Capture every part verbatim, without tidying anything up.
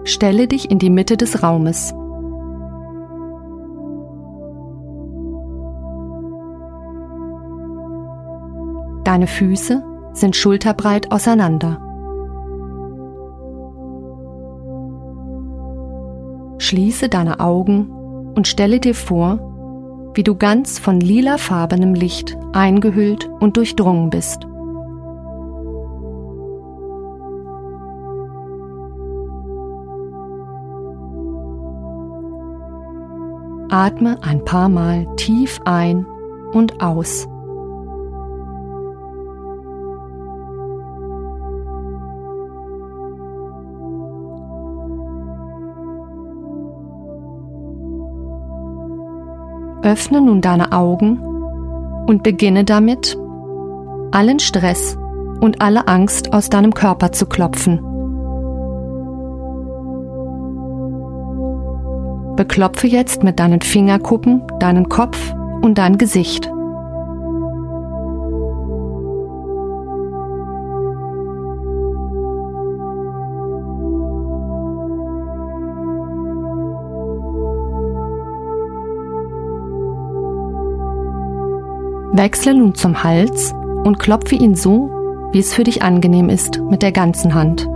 Stelle dich in die Mitte des Raumes. Deine Füße sind schulterbreit auseinander. Schließe deine Augen und stelle dir vor, wie du ganz von lilafarbenem Licht eingehüllt und durchdrungen bist. Atme ein paar Mal tief ein und aus. Öffne nun deine Augen und beginne damit, allen Stress und alle Angst aus deinem Körper zu klopfen. Beklopfe jetzt mit deinen Fingerkuppen deinen Kopf und dein Gesicht. Wechsle nun zum Hals und klopfe ihn so, wie es für dich angenehm ist, mit der ganzen Hand.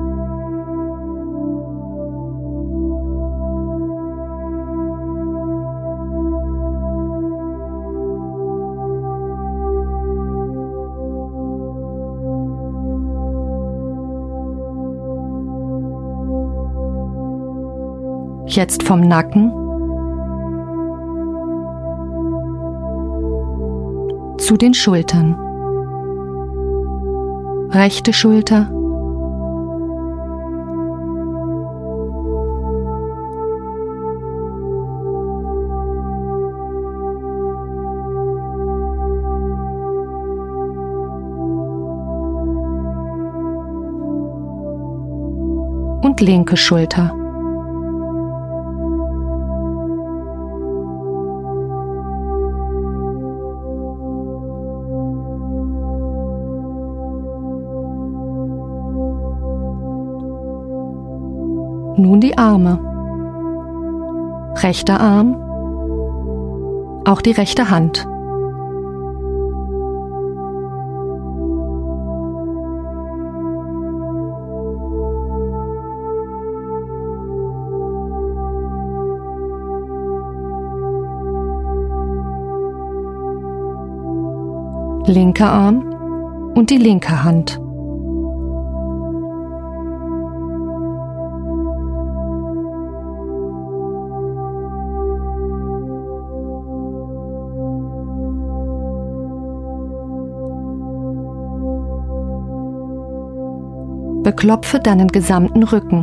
Jetzt vom Nacken zu den Schultern. Rechte Schulter, und linke Schulter. Nun die Arme. Rechter Arm, auch die rechte Hand. Linker Arm und die linke Hand. Beklopfe deinen gesamten Rücken.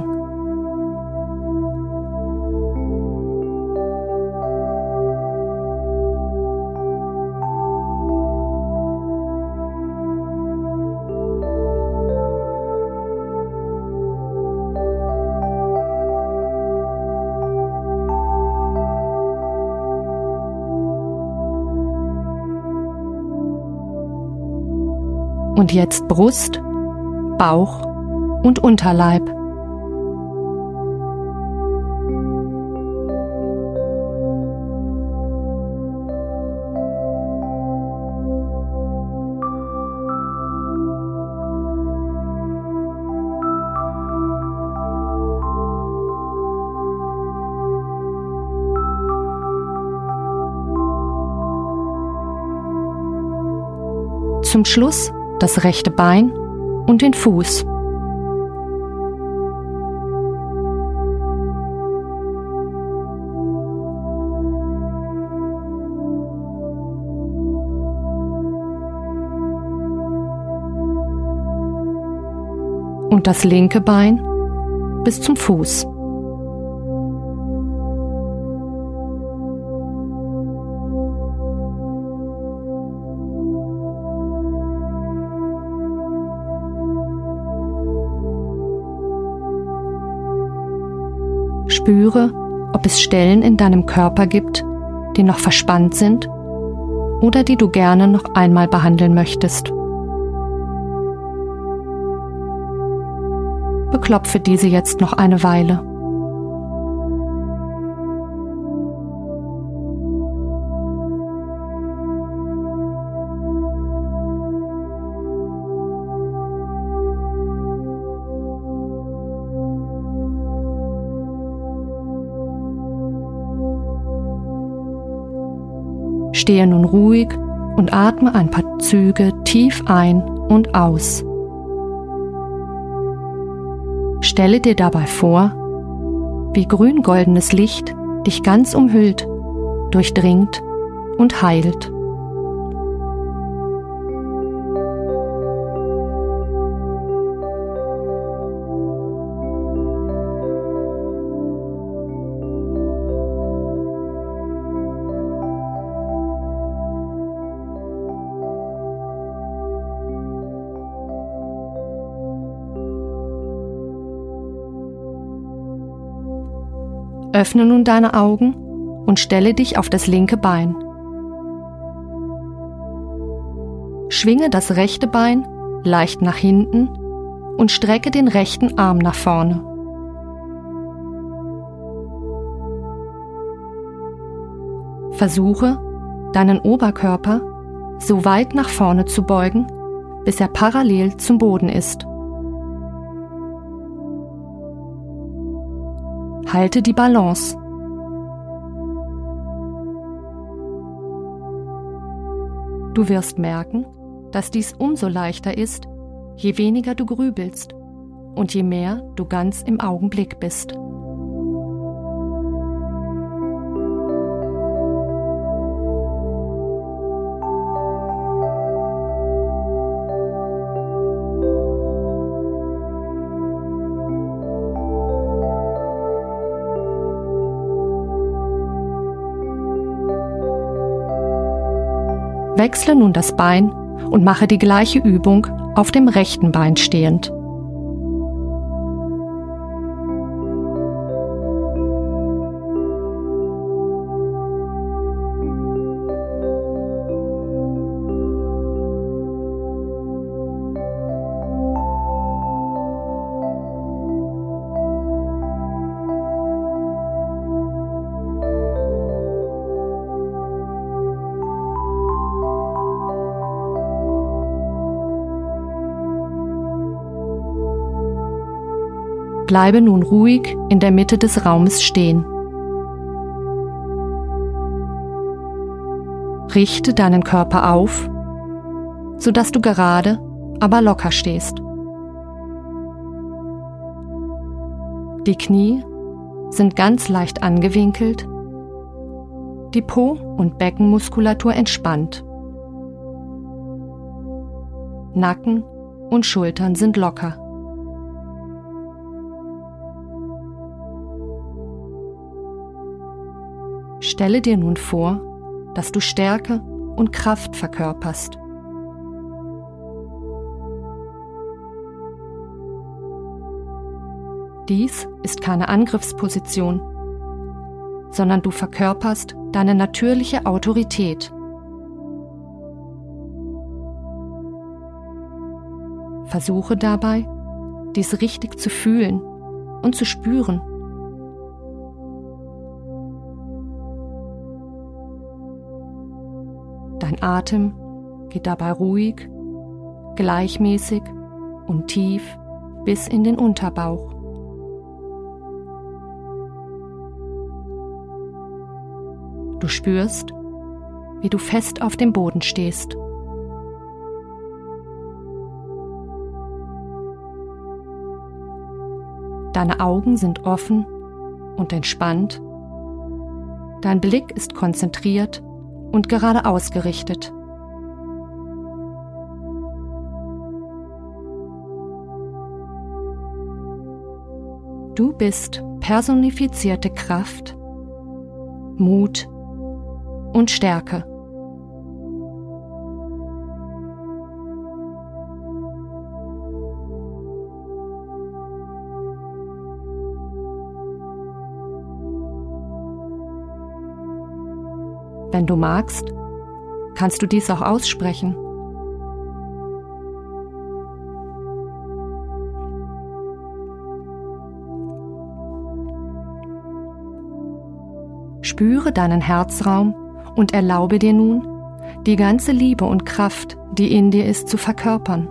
Und jetzt Brust, Bauch und Unterleib. Zum Schluss das rechte Bein und den Fuß. Und das linke Bein bis zum Fuß. Spüre, ob es Stellen in deinem Körper gibt, die noch verspannt sind oder die du gerne noch einmal behandeln möchtest. Beklopfe diese jetzt noch eine Weile. Stehe nun ruhig und atme ein paar Züge tief ein und aus. Stelle dir dabei vor, wie grün-goldenes Licht dich ganz umhüllt, durchdringt und heilt. Öffne nun deine Augen und stelle dich auf das linke Bein. Schwinge das rechte Bein leicht nach hinten und strecke den rechten Arm nach vorne. Versuche, deinen Oberkörper so weit nach vorne zu beugen, bis er parallel zum Boden ist. Halte die Balance. Du wirst merken, dass dies umso leichter ist, je weniger du grübelst und je mehr du ganz im Augenblick bist. Wechsle nun das Bein und mache die gleiche Übung auf dem rechten Bein stehend. Bleibe nun ruhig in der Mitte des Raumes stehen. Richte deinen Körper auf, sodass du gerade, aber locker stehst. Die Knie sind ganz leicht angewinkelt, die Po- und Beckenmuskulatur entspannt. Nacken und Schultern sind locker. Stelle dir nun vor, dass du Stärke und Kraft verkörperst. Dies ist keine Angriffsposition, sondern du verkörperst deine natürliche Autorität. Versuche dabei, dies richtig zu fühlen und zu spüren. Dein Atem geht dabei ruhig, gleichmäßig und tief bis in den Unterbauch. Du spürst, wie du fest auf dem Boden stehst. Deine Augen sind offen und entspannt. Dein Blick ist konzentriert und gerade ausgerichtet. Du bist personifizierte Kraft, Mut und Stärke. Wenn du magst, kannst du dies auch aussprechen. Spüre deinen Herzraum und erlaube dir nun, die ganze Liebe und Kraft, die in dir ist, zu verkörpern.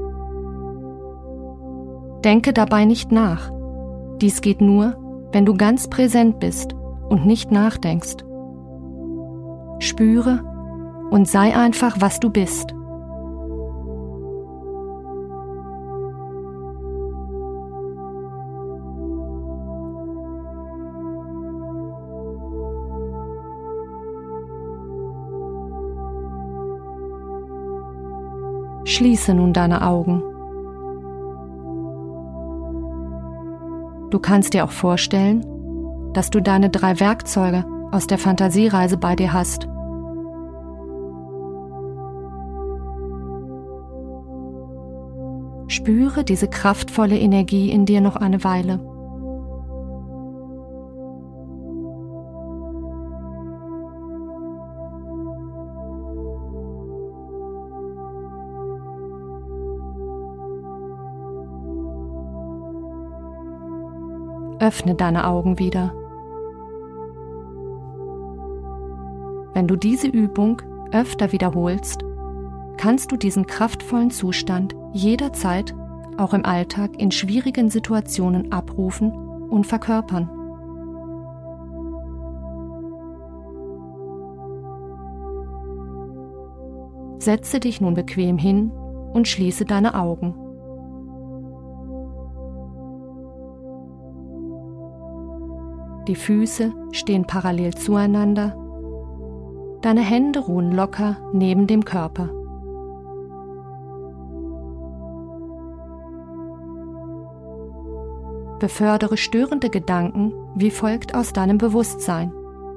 Denke dabei nicht nach. Dies geht nur, wenn du ganz präsent bist und nicht nachdenkst. Spüre und sei einfach, was du bist. Schließe nun deine Augen. Du kannst dir auch vorstellen, dass du deine drei Werkzeuge aus der Fantasiereise bei dir hast. Spüre diese kraftvolle Energie in dir noch eine Weile. Öffne deine Augen wieder. Wenn du diese Übung öfter wiederholst, kannst du diesen kraftvollen Zustand jederzeit, auch im Alltag, in schwierigen Situationen abrufen und verkörpern. Setze dich nun bequem hin und schließe deine Augen. Die Füße stehen parallel zueinander. Deine Hände ruhen locker neben dem Körper. Befördere störende Gedanken wie folgt aus deinem Bewusstsein.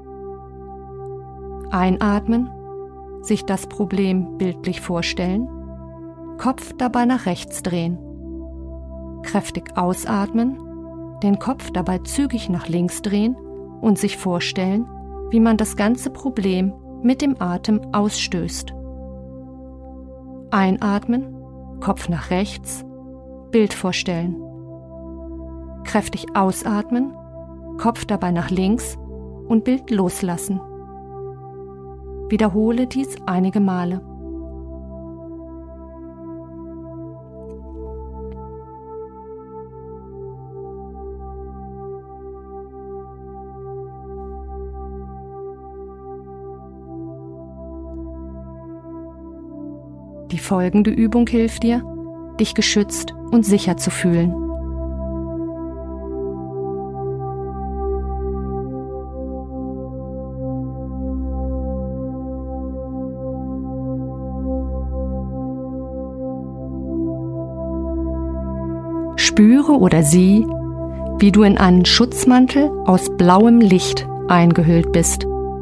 Einatmen, sich das Problem bildlich vorstellen, Kopf dabei nach rechts drehen. Kräftig ausatmen, den Kopf dabei zügig nach links drehen und sich vorstellen, wie man das ganze Problem mit dem Atem ausstößt. Einatmen, Kopf nach rechts, Bild vorstellen. Kräftig ausatmen, Kopf dabei nach links und Bild loslassen. Wiederhole dies einige Male. Die folgende Übung hilft dir, dich geschützt und sicher zu fühlen. Spüre oder sieh, wie du in einen Schutzmantel aus blauem Licht eingehüllt bist.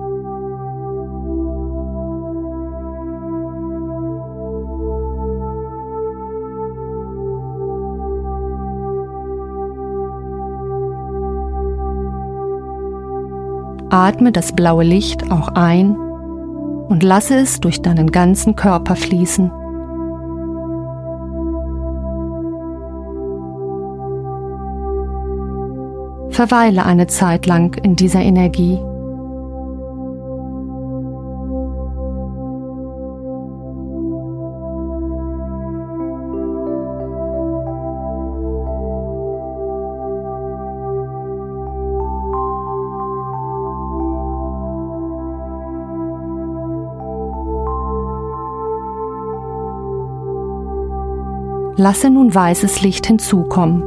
Atme das blaue Licht auch ein und lasse es durch deinen ganzen Körper fließen. Verweile eine Zeit lang in dieser Energie. Lasse nun weißes Licht hinzukommen.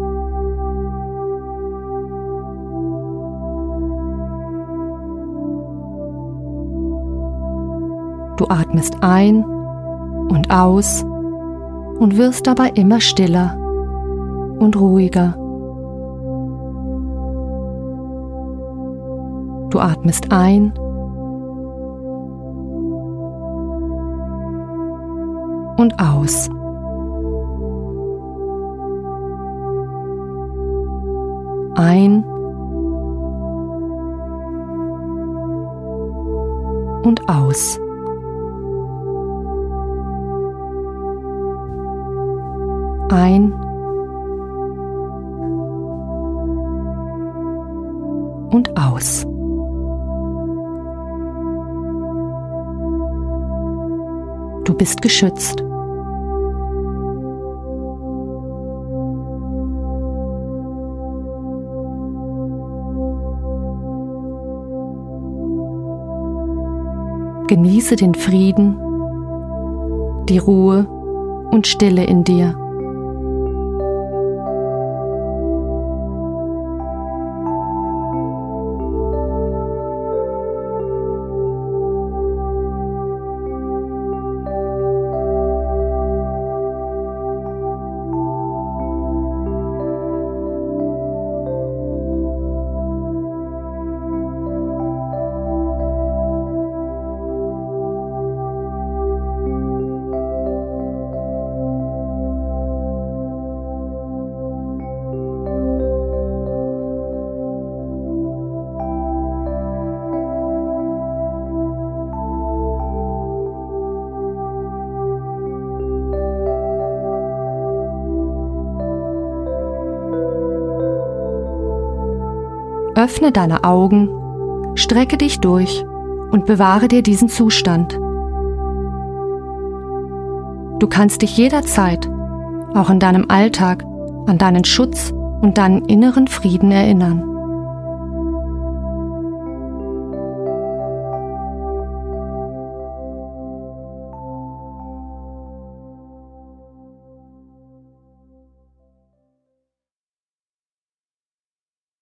Du atmest ein und aus und wirst dabei immer stiller und ruhiger. Du atmest ein und aus. Ein und aus. Ein und aus. Du bist geschützt. Genieße den Frieden, die Ruhe und Stille in dir. Öffne deine Augen, strecke dich durch und bewahre dir diesen Zustand. Du kannst dich jederzeit, auch in deinem Alltag, an deinen Schutz und deinen inneren Frieden erinnern.